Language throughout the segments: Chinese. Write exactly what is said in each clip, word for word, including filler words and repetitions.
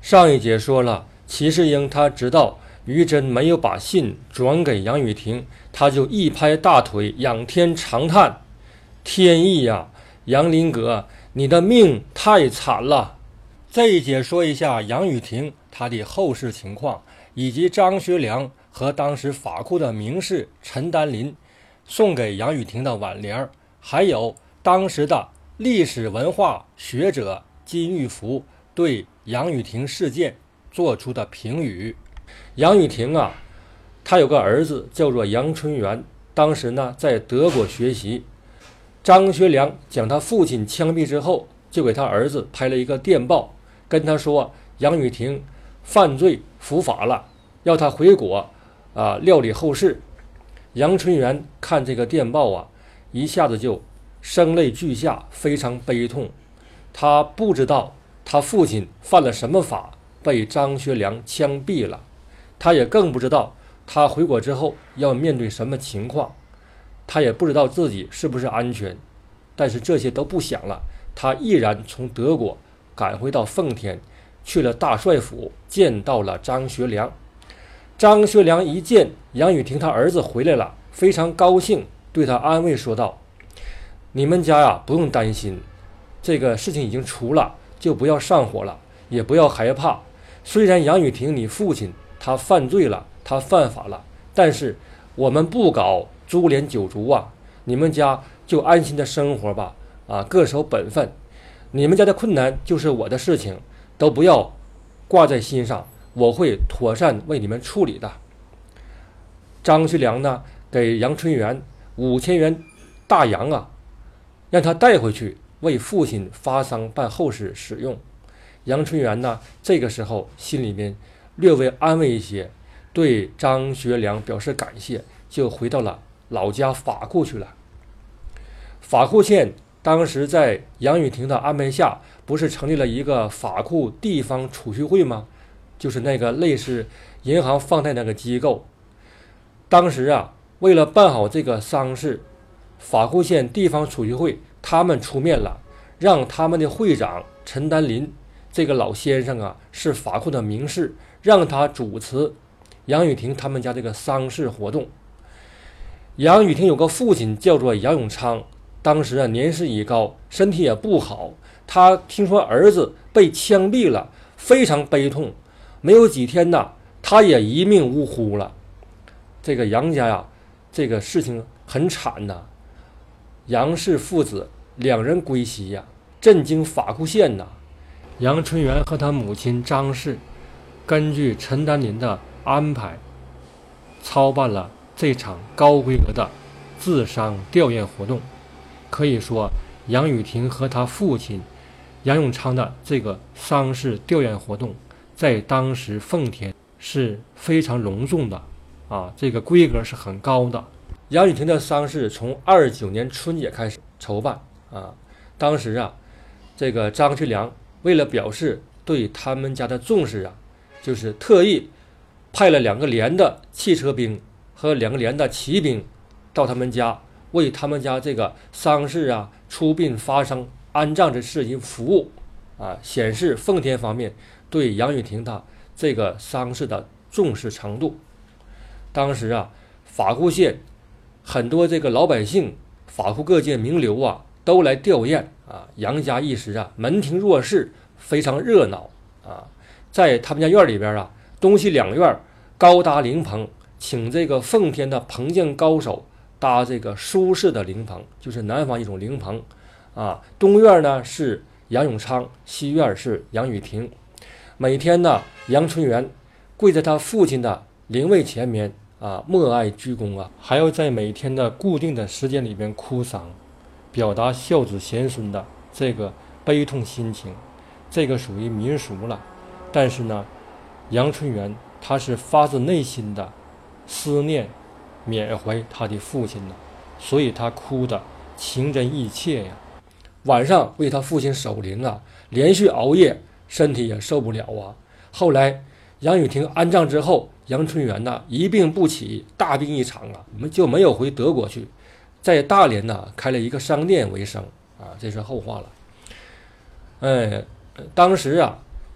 上一节说了，齐世英他知道于真没有把信转给杨雨婷，他就一拍大腿，仰天长叹：“天意呀，杨林阁，你的命太惨了。”这一节说一下杨雨婷她的后事情况，以及张学良和当时法库的名士陈丹林送给杨雨婷的挽联，还有当时的历史文化学者金玉福对杨雨婷事件做出的评语。杨雨婷啊，他有个儿子叫做杨春元，当时呢在德国学习。张学良将他父亲枪毙之后，就给他儿子拍了一个电报，跟他说杨雨婷犯罪伏法了，要他回国啊料理后事。杨春元看这个电报啊，一下子就声泪俱下，非常悲痛。他不知道他父亲犯了什么法，被张学良枪毙了。他也更不知道他回国之后要面对什么情况，他也不知道自己是不是安全。但是这些都不想了，他毅然从德国赶回到奉天，去了大帅府，见到了张学良。张学良一见杨雨婷他儿子回来了，非常高兴，对他安慰说道：“你们家呀不用担心，这个事情已经除了，就不要上火了，也不要害怕。虽然杨雨婷你父亲他犯罪了，他犯法了，但是我们不搞株连九族啊，你们家就安心的生活吧，啊，各守本分。你们家的困难就是我的事情，都不要挂在心上，我会妥善为你们处理的。”张学良呢，给杨春元五千元大洋啊，让他带回去为父亲发丧办后事使用。杨春元呢，这个时候心里面略微安慰一些，对张学良表示感谢，就回到了老家法库去了。法库县当时在杨雨婷的安排下，不是成立了一个法库地方储蓄会吗？就是那个类似银行放贷那个机构。当时啊，为了办好这个丧事，法库县地方储蓄会他们出面了，让他们的会长陈丹林这个老先生啊，是法库的名士，让他主持杨雨婷他们家这个丧事活动。杨雨婷有个父亲叫做杨永昌，当时啊年事已高，身体也不好，他听说儿子被枪毙了，非常悲痛。没有几天呢，他也一命呜呼了。这个杨家呀，这个事情很惨呐。杨氏父子两人归西呀，震惊法库县呐。杨春元和他母亲张氏根据陈丹林的安排，操办了这场高规格的自伤吊唁活动。可以说，杨雨婷和他父亲杨永昌的这个丧事吊唁活动，在当时奉天是非常隆重的啊，这个规格是很高的。杨雨婷的丧事从二九年春节开始筹办啊，当时啊，这个张学良为了表示对他们家的重视啊，就是特意派了两个连的汽车兵和两个连的骑兵到他们家，为他们家这个丧事啊、出殡发丧、安葬这事情服务啊，显示奉天方面对杨雨婷他这个丧事的重视程度。当时啊，法库县很多这个老百姓、法库各界名流啊，都来吊唁啊。杨家一时啊，门庭若市，非常热闹啊。在他们家院里边啊，东西两院高搭灵棚，请这个奉天的棚匠高手搭这个舒适的灵棚，就是南方一种灵棚啊。东院呢是杨永昌，西院是杨雨婷。每天呢，杨春元跪在他父亲的灵位前面啊，默哀鞠躬啊，还要在每天的固定的时间里边哭丧，表达孝子贤孙的这个悲痛心情。这个属于民俗了，但是呢，杨春元他是发自内心的思念缅怀他的父亲呢，所以他哭得情真意切呀。晚上为他父亲守灵啊，连续熬夜，身体也受不了啊。后来杨雨婷安葬之后，杨春元呢一病不起，大病一场啊，就没有回德国去，在大连呢开了一个商店为生啊，这是后话了。哎，当时啊，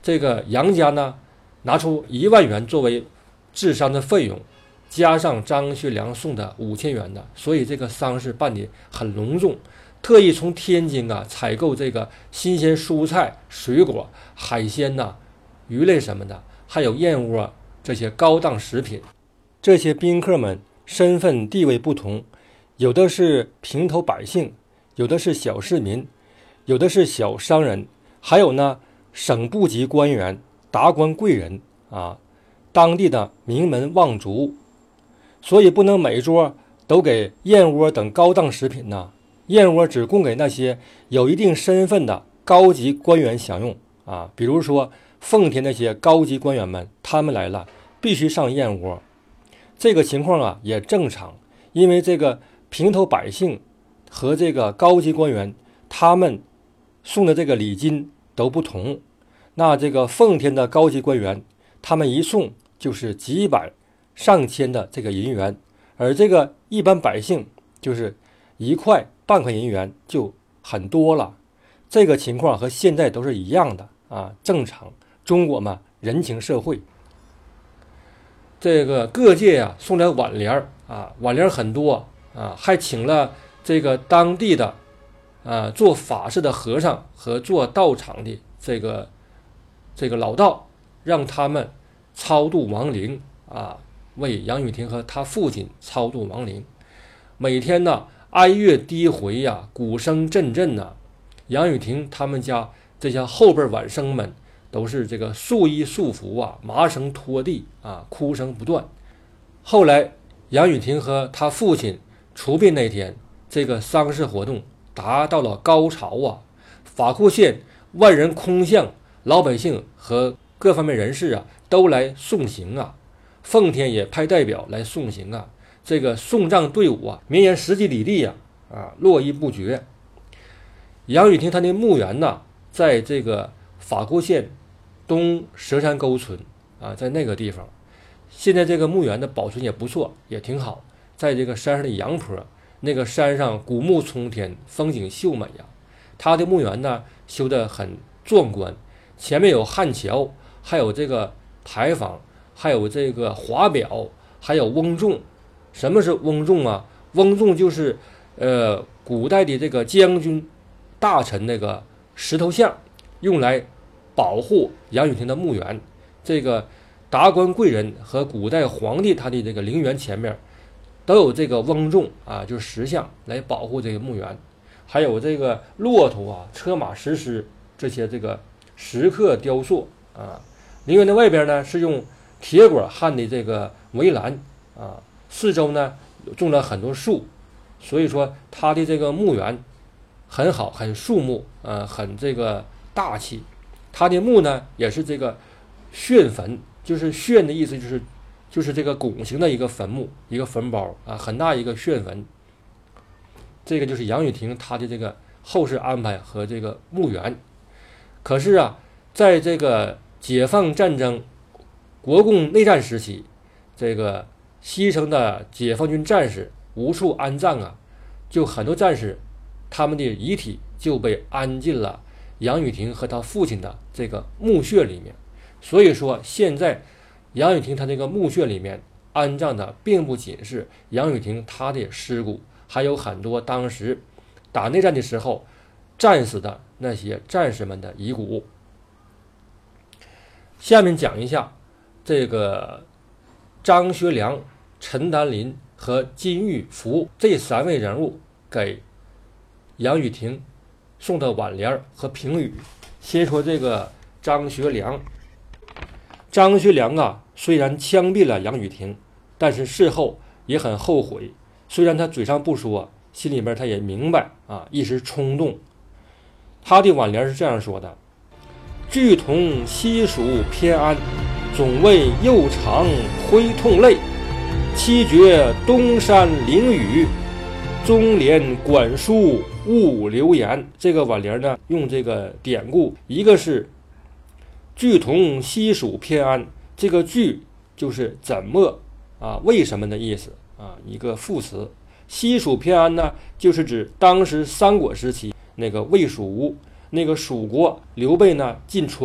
这个杨家呢拿出一万元作为治丧的费用，加上张学良送的五千元的，所以这个丧事办得很隆重。特意从天津啊采购这个新鲜蔬菜、水果、海鲜呐、鱼类什么的，还有燕窝这些高档食品。这些宾客们身份地位不同，有的是平头百姓，有的是小市民，有的是小商人，还有呢省部级官员、达官贵人啊，当地的名门望族。所以不能每桌都给燕窝等高档食品呢，燕窝只供给那些有一定身份的高级官员享用啊。比如说奉天那些高级官员们，他们来了必须上燕窝。这个情况啊也正常，因为这个平头百姓和这个高级官员，他们送的这个礼金都不同。那这个奉天的高级官员，他们一送就是几百上千的这个银元，而这个一般百姓就是一块半块银元就很多了。这个情况和现在都是一样的啊，正常。中国嘛，人情社会。这个各界啊送来挽联啊，挽联很多啊，还请了这个当地的啊做法事的和尚和做道场的这个这个老道，让他们超度亡灵啊，为杨雨婷和他父亲超度亡灵。每天呢哀乐低回呀、啊，鼓声阵阵呐、啊。杨雨婷他们家这些后辈晚生们都是这个束衣束服啊，麻绳拖地啊，哭声不断。后来杨雨婷和他父亲出殡那天，这个丧事活动达到了高潮啊！法库县万人空巷，老百姓和各方面人士啊都来送行啊。奉天也派代表来送行啊。这个送葬队伍啊，绵延十几里地啊，啊，络绎不绝。杨雨婷他的墓园呢，在这个法库县东蛇山沟村啊，在那个地方，现在这个墓园的保存也不错，也挺好。在这个山上的阳坡，那个山上古木冲天，风景秀美呀。他的墓园呢，修得很壮观，前面有汉桥，还有这个牌坊，还有这个华表，还有翁仲。什么是翁仲啊？翁仲就是呃古代的这个将军大臣那个石头像，用来保护杨雨婷的墓园。这个达官贵人和古代皇帝他的这个陵园前面都有这个翁仲啊，就是石像来保护这个墓园。还有这个骆驼啊、车马石狮这些这个石刻雕塑啊。陵园的外边呢是用铁管焊的这个围栏啊，四周呢种了很多树，所以说它的这个墓园很好，很肃穆，呃，很这个大气。它的墓呢也是这个旋坟，就是旋的意思就是就是这个拱形的一个坟墓，一个坟包啊，很大一个旋坟。这个就是杨雨婷她的这个后事安排和这个墓园。可是啊，在这个解放战争、国共内战时期，这个牺牲的解放军战士无处安葬啊，就很多战士他们的遗体就被安进了杨雨婷和他父亲的这个墓穴里面。所以说现在杨雨婷他这个墓穴里面安葬的并不仅是杨雨婷他的尸骨，还有很多当时打内战的时候战死的那些战士们的遗骨。下面讲一下这个张学良、陈丹林和金玉福这三位人物给杨雨婷送的挽联和评语。先说这个张学良。张学良啊，虽然枪毙了杨雨婷，但是事后也很后悔。虽然他嘴上不说，心里边他也明白啊，一时冲动。他的挽联是这样说的：聚同西蜀偏安，总为右肠挥痛泪。七绝东山凌雨，中连管书勿流言。这个挽联呢，用这个典故，一个是聚同西蜀偏安，这个聚就是怎么啊，为什么的意思啊，一个副词。西蜀偏安呢，就是指当时三国时期那个魏蜀吴那个蜀国刘备呢进川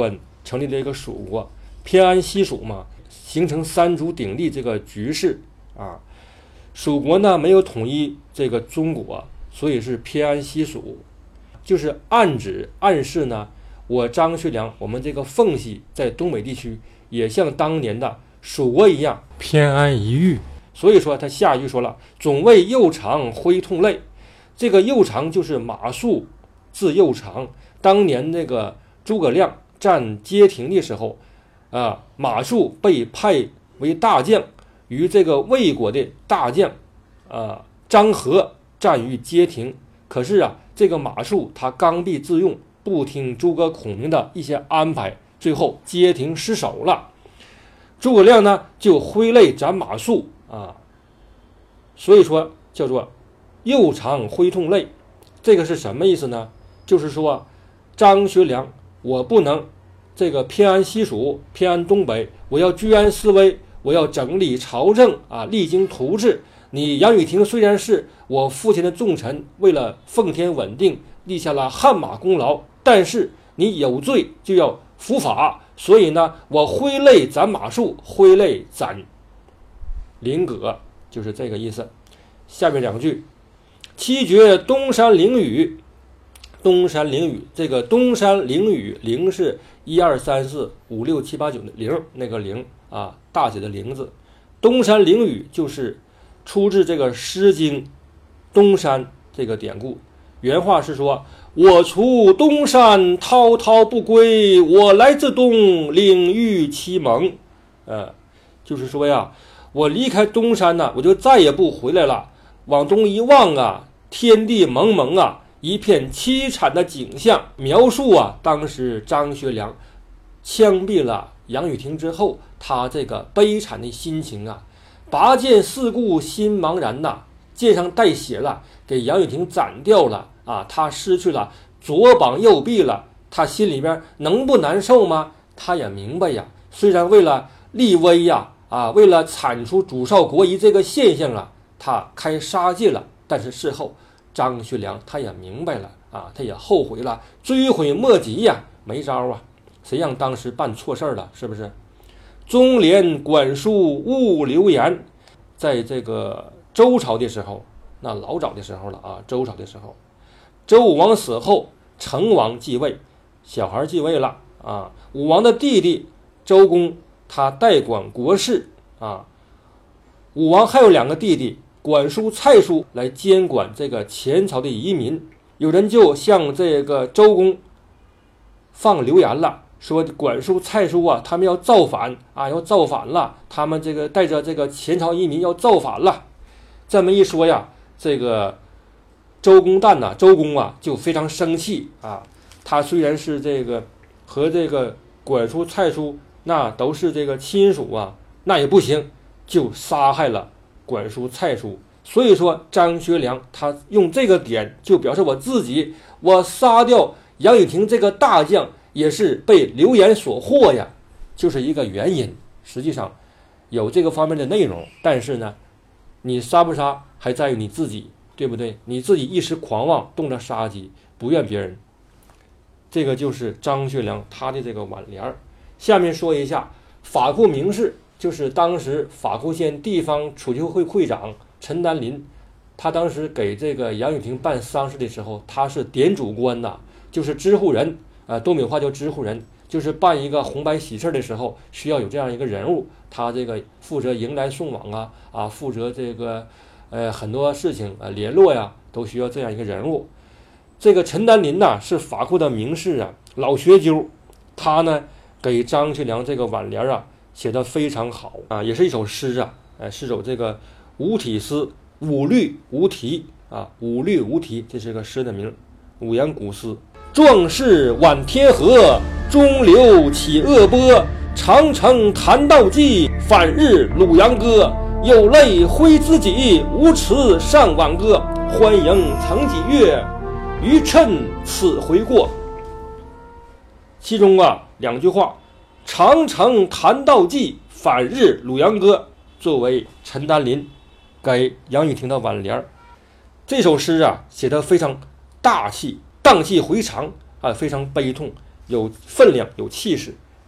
成立了一个蜀国，偏安西蜀嘛，形成三足鼎立这个局势啊。蜀国呢没有统一这个中国，所以是偏安西蜀，就是暗指暗示呢，我张学良我们这个奉系在东北地区也像当年的蜀国一样偏安一隅。所以说他下一句说了，总为右长挥痛泪，这个右长就是马谡字右长，当年那个诸葛亮战街亭的时候啊，马谡被派为大将，与这个魏国的大将啊张合战于街亭。可是啊，这个马谡他刚愎自用，不听诸葛孔明的一些安排，最后街亭失守了。诸葛亮呢就挥泪斩马谡啊，所以说叫做右长挥痛泪。这个是什么意思呢？就是说张学良我不能这个偏安西蜀，偏安东北，我要居安思危，我要整理朝政啊，励精图治。你杨宇霆虽然是我父亲的重臣，为了奉天稳定立下了汗马功劳，但是你有罪就要伏法，所以呢我挥泪斩马谡，挥泪斩林葛，就是这个意思。下面两句，七绝东山陵宇，东山陵宇，这个东山陵宇，陵是一二三四五六七八九的陵，那个陵啊，大写的陵字。东山陵宇就是出自这个《诗经》东山这个典故，原话是说，我出东山滔滔不归，我来自东领域其蒙。呃，就是说呀，我离开东山呢，我就再也不回来了。往东一望啊，天地蒙蒙啊，一片凄惨的景象，描述啊当时张学良枪毙了杨宇霆之后，他这个悲惨的心情啊。拔剑四顾心茫然呐，剑上带血了，给杨宇霆斩掉了啊，他失去了左膀右臂了，他心里边能不难受吗？他也明白呀，虽然为了立威呀啊，为了铲除主少国疑这个现象啊，他开杀戒了，但是事后张学良他也明白了啊，他也后悔了，追悔莫及呀，没招啊，谁让当时办错事了，是不是？中连管书勿流言，在这个周朝的时候，那老早的时候了啊，周朝的时候，周武王死后，成王继位，小孩继位了啊，武王的弟弟周公他代管国事啊，武王还有两个弟弟管叔、蔡叔来监管这个前朝的移民。有人就向这个周公放流言了，说管叔、蔡叔啊，他们要造反啊，要造反了，他们这个带着这个前朝移民要造反了。这么一说呀，这个周公旦呐，周公啊就非常生气啊。他虽然是这个和这个管叔、蔡叔那都是这个亲属啊，那也不行，就杀害了管叔、蔡叔。所以说张学良他用这个点就表示我自己，我杀掉杨宇霆这个大将也是被流言所惑呀，就是一个原因。实际上有这个方面的内容，但是呢，你杀不杀还在于你自己，对不对？你自己一时狂妄，动了杀机，不怨别人。这个就是张学良他的这个挽联。下面说一下法库名士，就是当时法库县地方储蓄会会长陈丹林，他当时给这个杨宇霆办丧事的时候，他是典主官呐，就是支户人。呃，东北话叫支户人，就是办一个红白喜事的时候，需要有这样一个人物，他这个负责迎来送往啊，啊，负责这个呃很多事情啊联络呀，都需要这样一个人物。这个陈丹林呐，是法库的名士啊，老学究，他呢给张学良这个挽联啊写得非常好啊，也是一首诗啊，呃，是首这个五体诗，五律无题啊，五律无题，这是个诗的名，五言古诗。壮士挽天河，中流起恶波。长城弹道济，反日鲁阳歌。有泪挥知己，无词上挽歌。欢迎曾几月，余趁此回过。其中啊两句话，长城弹道济，反日鲁阳歌，作为陈丹林给杨宇霆的挽联。这首诗啊写得非常大气，荡气回肠啊，非常悲痛，有分量，有气势。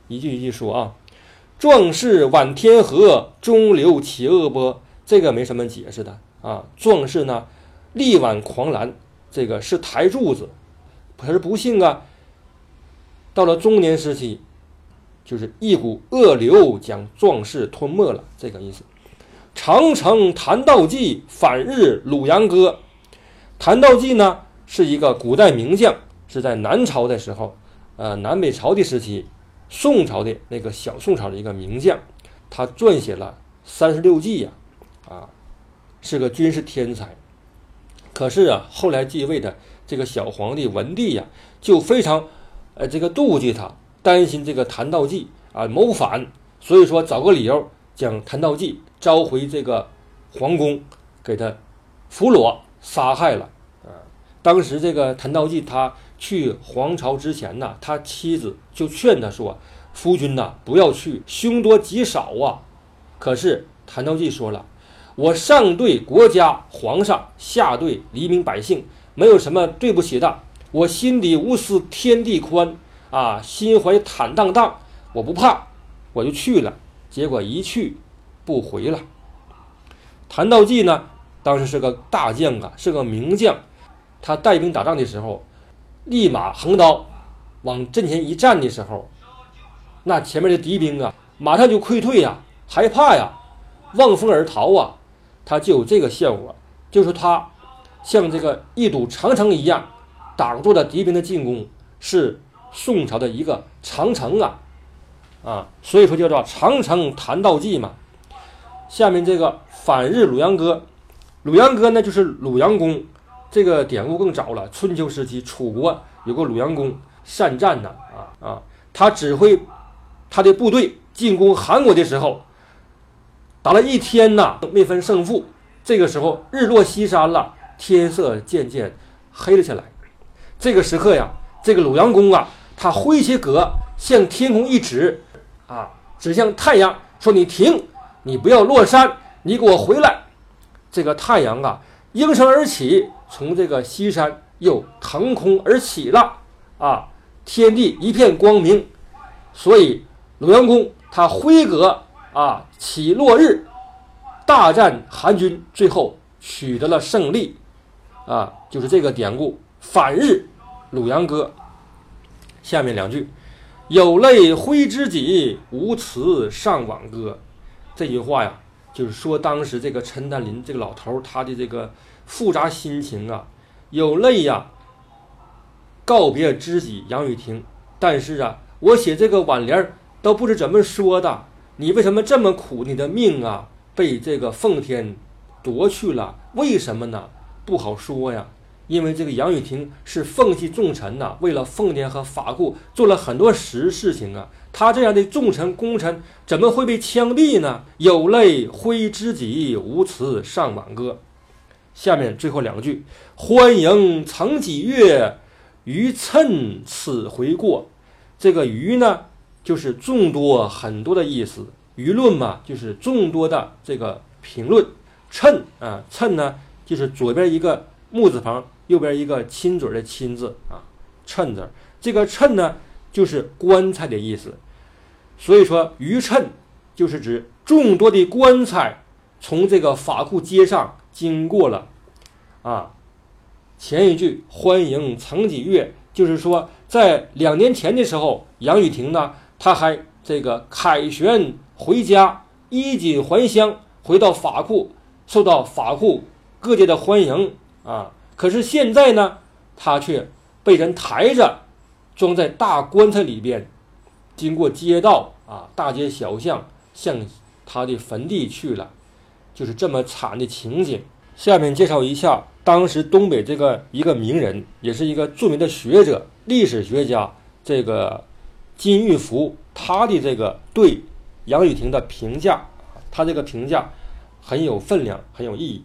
一句一句说啊。壮士挽天河，中流起恶波，这个没什么解释的啊。壮士呢，力挽狂澜，这个是台柱子。可是不幸啊，到了中年时期，就是一股恶流将壮士吞没了，这个意思。长城谭道济，反日鲁阳歌。谭道济呢，是一个古代名将，是在南朝的时候，呃，南北朝的时期。宋朝的那个小宋朝的一个名将，他撰写了三十六计呀，啊，是个军事天才。可是啊，后来继位的这个小皇帝文帝呀，就非常呃这个妒忌他，担心这个谭道济啊谋反，所以说找个理由将谭道济召回这个皇宫，给他俘虏杀害了。啊，当时这个谭道济他去皇朝之前呢，他妻子就劝他说：“夫君呐，不要去，凶多吉少啊。”可是谭道济说了：“我上对国家皇上，下对黎民百姓，没有什么对不起的。我心底无私，天地宽啊，心怀坦荡荡，我不怕，我就去了。”结果一去不回了。谭道济呢，当时是个大将啊，是个名将，他带兵打仗的时候。立马横刀往阵前一站的时候，那前面的敌兵啊，马上就溃退呀，害怕呀，望风而逃啊。他就有这个效果，就是他像这个一堵长城一样挡住了敌兵的进攻，是宋朝的一个长城啊啊，所以说叫做长城谭道济嘛。下面这个反日鲁阳歌，鲁阳歌呢就是鲁阳公。这个典故更早了，春秋时期楚国有个鲁阳公善战呐啊啊，他指挥他的部队进攻韩国的时候，打了一天呐，没分胜负。这个时候日落西山了，天色渐渐黑了下来。这个时刻呀，这个鲁阳公啊，他挥起戈向天空一指啊，指向太阳，说：“你停，你不要落山，你给我回来。”这个太阳啊，应声而起，从这个西山又腾空而起了啊，天地一片光明。所以鲁阳公他挥戈啊，起落日，大战韩军，最后取得了胜利啊，就是这个典故，反日鲁阳歌。下面两句：有泪挥之己，无词上挽歌。这句话呀，就是说当时这个陈丹林这个老头他的这个复杂心情啊，有泪呀，告别知己杨雨婷，但是啊，我写这个挽联都不知怎么说的，你为什么这么苦？你的命啊，被这个奉天夺去了，为什么呢？不好说呀。因为这个杨雨婷是奉系重臣呐、啊，为了奉天和法库做了很多实事情啊。他这样的重臣功臣怎么会被枪毙呢？有泪挥之己，无词上挽歌。下面最后两句：欢迎曾几月，余趁此回过。这个余呢，就是众多很多的意思，舆论嘛，就是众多的这个评论。趁啊，趁呢，就是左边一个木字旁，右边一个亲嘴的亲字啊，趁字。这个趁呢，就是棺材的意思。所以说余趁就是指众多的棺材从这个法库街上经过了啊。前一句欢迎曾几月，就是说在两年前的时候，杨雨婷呢，他还这个凯旋回家，衣锦还乡，回到法库，受到法库各界的欢迎啊。可是现在呢，他却被人抬着装在大棺材里边，经过街道啊，大街小巷，向他的坟地去了，就是这么惨的情景。下面介绍一下当时东北这个一个名人，也是一个著名的学者、历史学家，这个金玉福，他的这个对杨雨婷的评价，他这个评价很有分量，很有意义。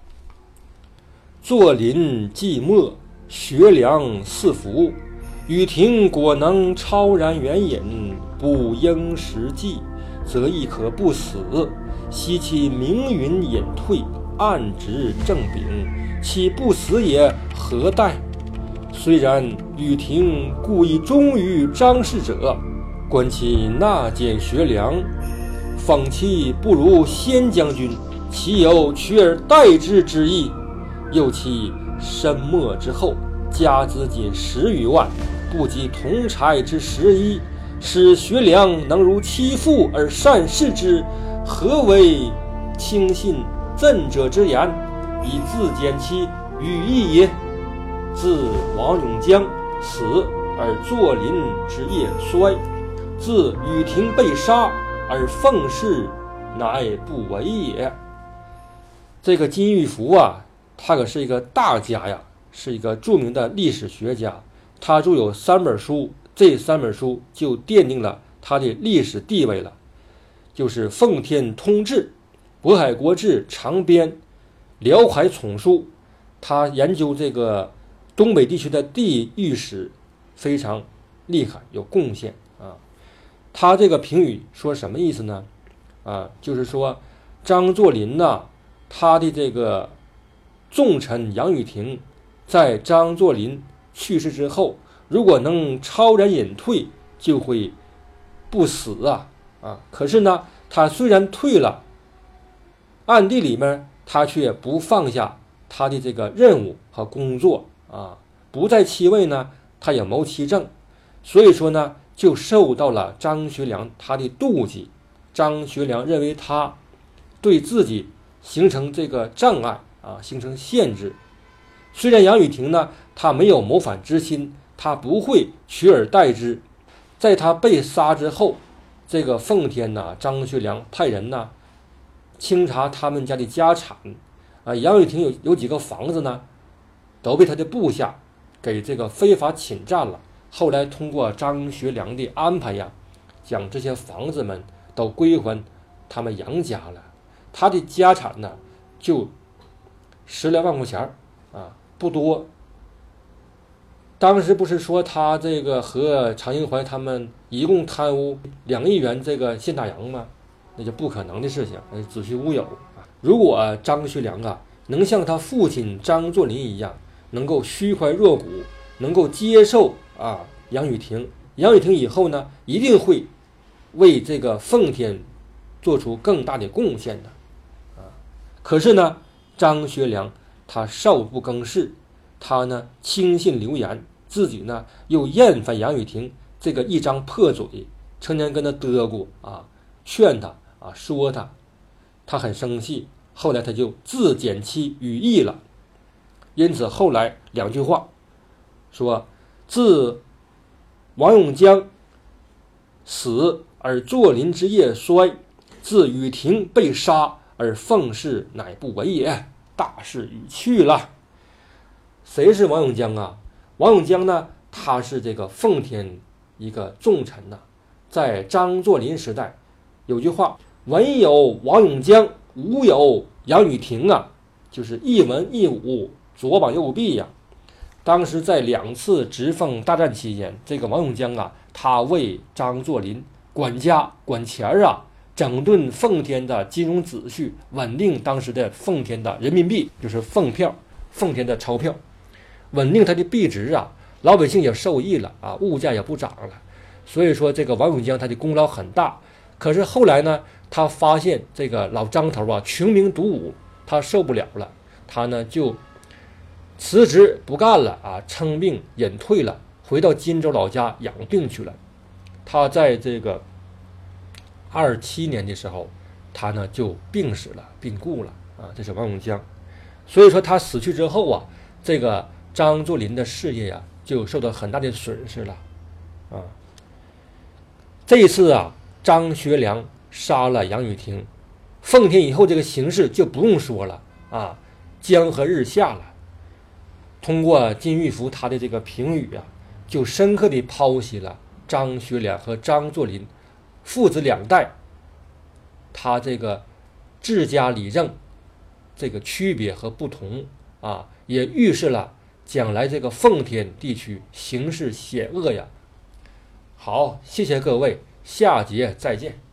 坐临寂寞，学良似福，雨婷果能超然远引，不应时计，则亦可不死。惜其明云隐退，暗直正秉，其不死也何待？虽然雨婷故意忠于张氏者， 观其纳谏学良，方其不如先将军，其有取而代之之意。又其身没之后，加资金十余万，不及同差之十一，使学良能如其父而善事之，何为轻信赠者之言，以自减其羽翼也？自王永江死而作霖之业衰，自雨亭被杀而奉事乃不为也。这个金玉福啊，他可是一个大家呀，是一个著名的历史学家，他著有三本书，这三本书就奠定了他的历史地位了，就是《奉天通志》、《渤海国志》长编、《辽海丛书》。他研究这个东北地区的地域史非常厉害，有贡献啊。他这个评语说什么意思呢？啊，就是说张作霖呐、啊，他的这个重臣杨宇霆，在张作霖去世之后，如果能超然隐退，就会不死啊啊！可是呢，他虽然退了，暗地里面他却不放下他的这个任务和工作啊，不在其位呢，他也谋其政，所以说呢，就受到了张学良他的妒忌。张学良认为他对自己形成这个障碍啊，形成限制。虽然杨宇霆呢，他没有谋反之心，他不会取而代之。在他被杀之后，这个奉天呐，张学良派人呢清查他们家的家产啊，杨宇霆有有几个房子呢，都被他的部下给这个非法侵占了。后来通过张学良的安排呀，将这些房子们都归还他们杨家了。他的家产呢，就十来万块钱啊，不多。当时不是说他这个和常应怀他们一共贪污两亿元这个现大洋吗？那就不可能的事情，子虚乌有。如果张学良啊能像他父亲张作霖一样，能够虚怀若谷，能够接受啊杨宇霆，杨宇霆以后呢，一定会为这个奉天做出更大的贡献的啊。可是呢，张学良他少不更事，他呢轻信流言，自己呢又厌烦杨宇霆这个一张破嘴，成天跟他嘚咕啊，劝他啊，说他，他很生气。后来他就自减其羽翼了。因此后来两句话说，自王永江死而作霖之业衰，自雨亭被杀而奉事乃不为也，大势已去了。谁是王永江啊？王永江呢，他是这个奉天一个重臣呐、啊。在张作霖时代有句话，文有王永江，武有杨宇霆啊，就是一文一武，左膀右臂呀、啊。当时在两次直奉大战期间，这个王永江啊，他为张作霖管家管钱啊，整顿奉天的金融秩序，稳定当时的奉天的人民币，就是奉票，奉天的钞票，稳定它的币值啊，老百姓也受益了啊，物价也不涨了。所以说这个王永江他的功劳很大。可是后来呢，他发现这个老张头啊穷兵黩武，他受不了了，他呢就辞职不干了啊，称病隐退了，回到荆州老家养病去了。他在这个二七年的时候，他呢就病死了，病故了啊。这是王永江。所以说他死去之后啊，这个张作霖的事业呀、啊、就受到很大的损失了啊。这一次啊，张学良杀了杨宇霆，奉天以后这个形势就不用说了啊，江河日下了。通过金玉福他的这个评语啊，就深刻地剖析了张学良和张作霖父子两代他这个治家理政这个区别和不同啊，也预示了将来这个奉天地区形势险恶呀。好，谢谢各位，下节再见。